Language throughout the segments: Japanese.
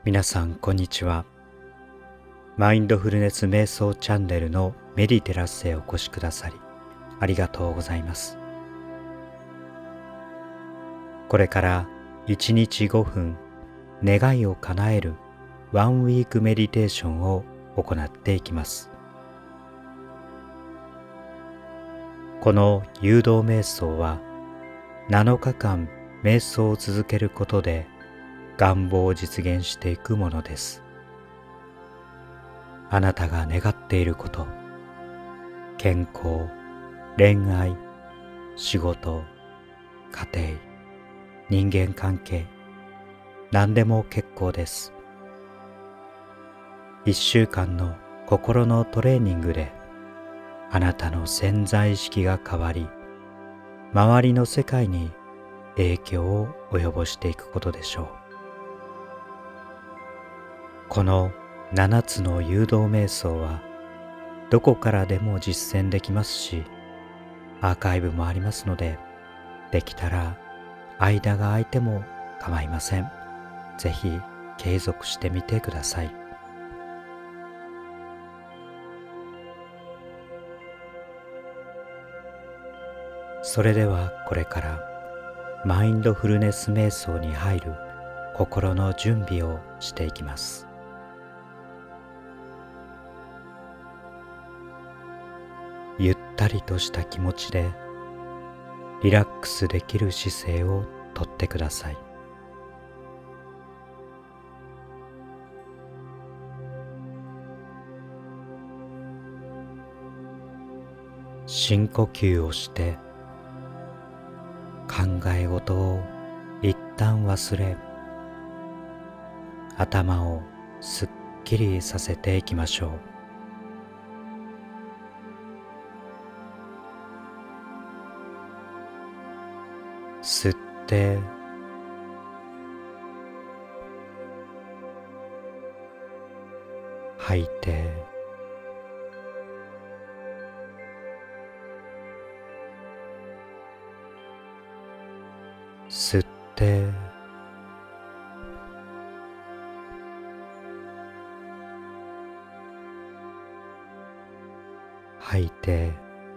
皆さんこんにちは。マインドフルネス瞑想チャンネルのメディテラスへお越しくださりありがとうございます。これから1日5分願いを叶えるワンウィークメディテーションを行っていきます。この誘導瞑想は7日間瞑想を続けることで願望を実現していくものです。あなたが願っていること、健康、恋愛、仕事、家庭、人間関係、何でも結構です。1週間の心のトレーニングであなたの潜在意識が変わり、周りの世界に影響を及ぼしていくことでしょう。この7つの誘導瞑想はどこからでも実践できますし、アーカイブもありますので、できたら間が空いても構いません。ぜひ継続してみてください。それではこれからマインドフルネス瞑想に入る心の準備をしていきます。ゆったりとした気持ちでリラックスできる姿勢をとってください。深呼吸をして考え事を一旦忘れ、頭をすっきりさせていきましょう。吸って吐いて、吸って吐いて、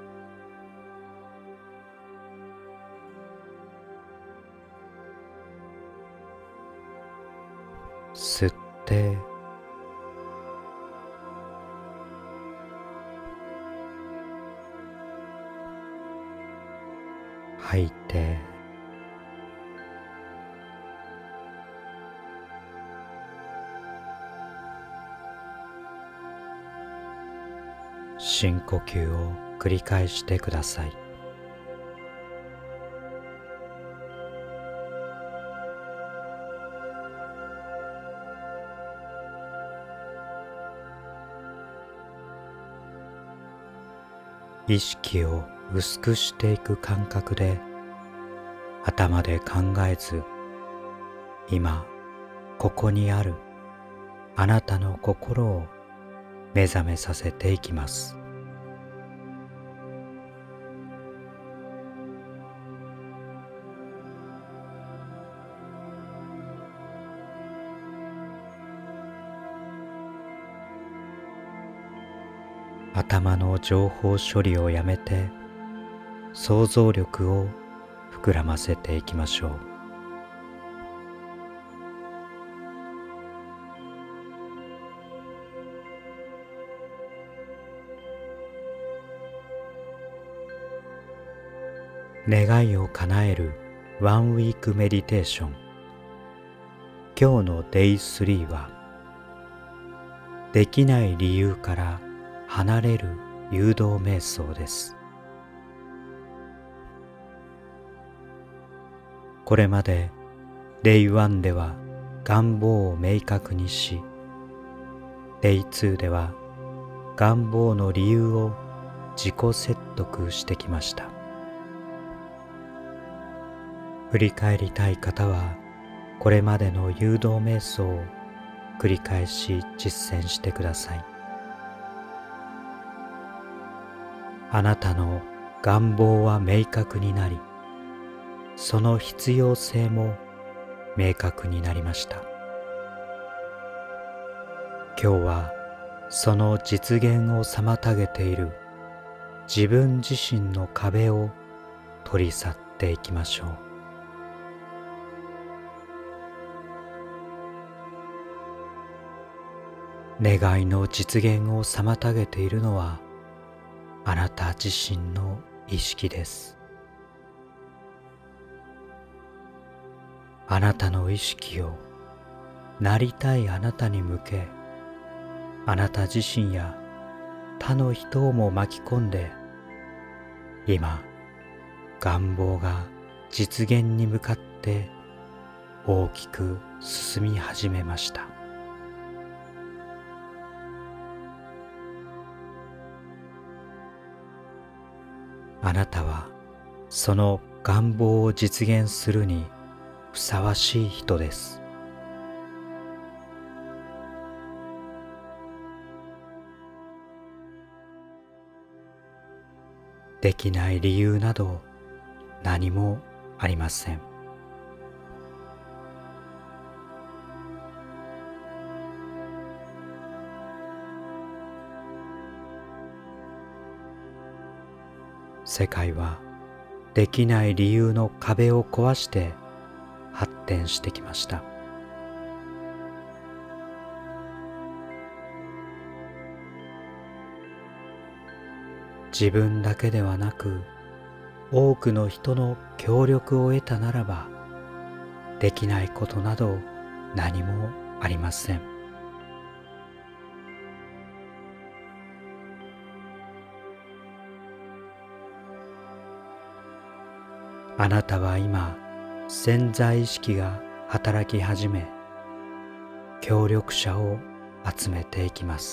吸って吐いて、深呼吸を繰り返してください。意識を薄くしていく感覚で、頭で考えず、今ここにあるあなたの心を目覚めさせていきます。頭の情報処理をやめて、想像力を膨らませていきましょう。願いを叶えるワンウィークメディテーション。今日のデイ3は、できない理由から離れる誘導瞑想です。これまでデイ1では願望を明確にし、デイ2では願望の理由を自己説得してきました。振り返りたい方は、これまでの誘導瞑想を繰り返し実践してください。あなたの願望は明確になり、その必要性も明確になりました。 今日はその実現を妨げている自分自身の壁を取り去っていきましょう。願いの実現を妨げているのはあなた自身の意識です。あなたの意識をなりたいあなたに向け、あなた自身や他の人をも巻き込んで、今願望が実現に向かって大きく進み始めました。あなたはその願望を実現するにふさわしい人です。できない理由など何もありません。世界はできない理由の壁を壊して発展してきました。自分だけではなく、多くの人の協力を得たならば、できないことなど何もありません。あなたは今、潜在意識が働き始め、協力者を集めていきます。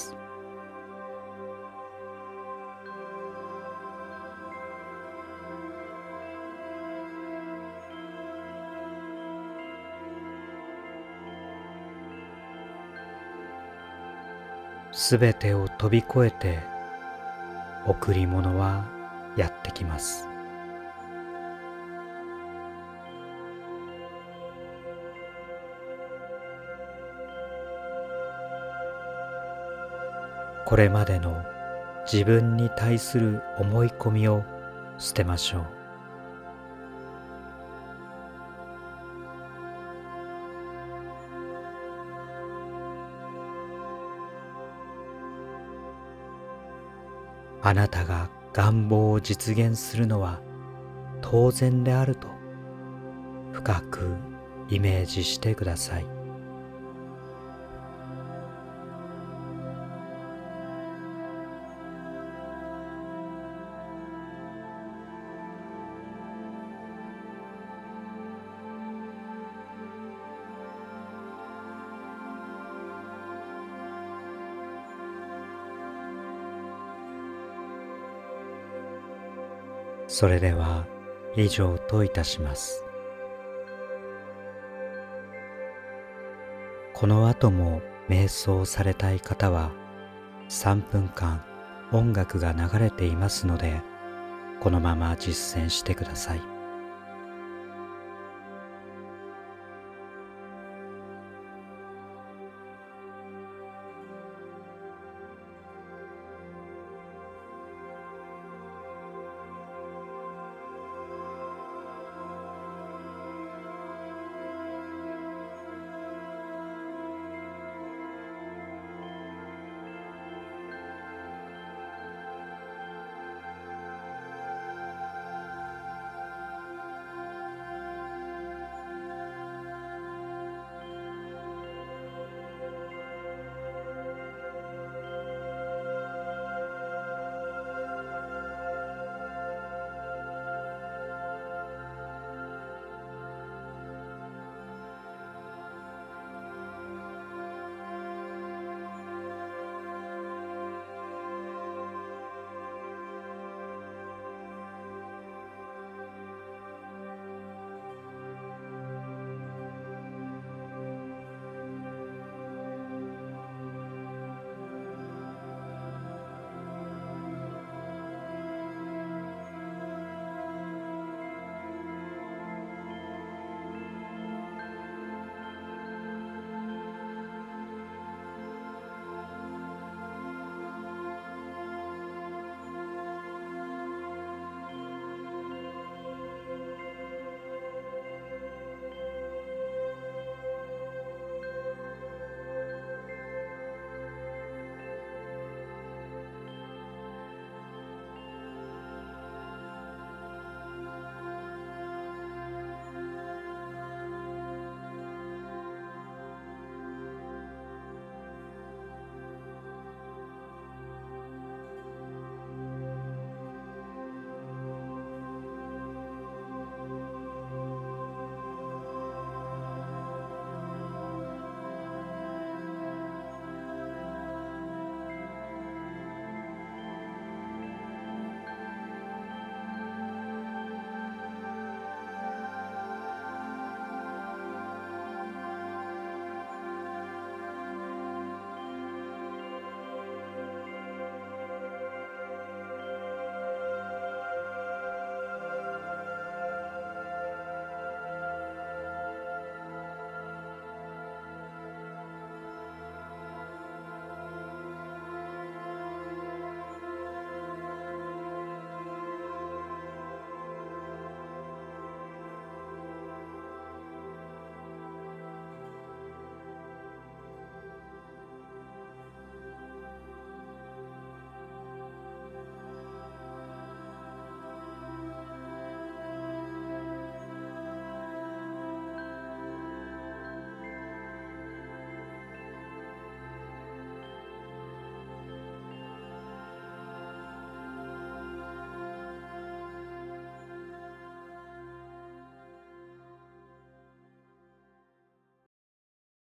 すべてを飛び越えて、贈り物はやってきます。これまでの自分に対する思い込みを捨てましょう。あなたが願望を実現するのは当然であると深くイメージしてください。それでは以上といたします。この後も瞑想されたい方は3分間音楽が流れていますので、このまま実践してください。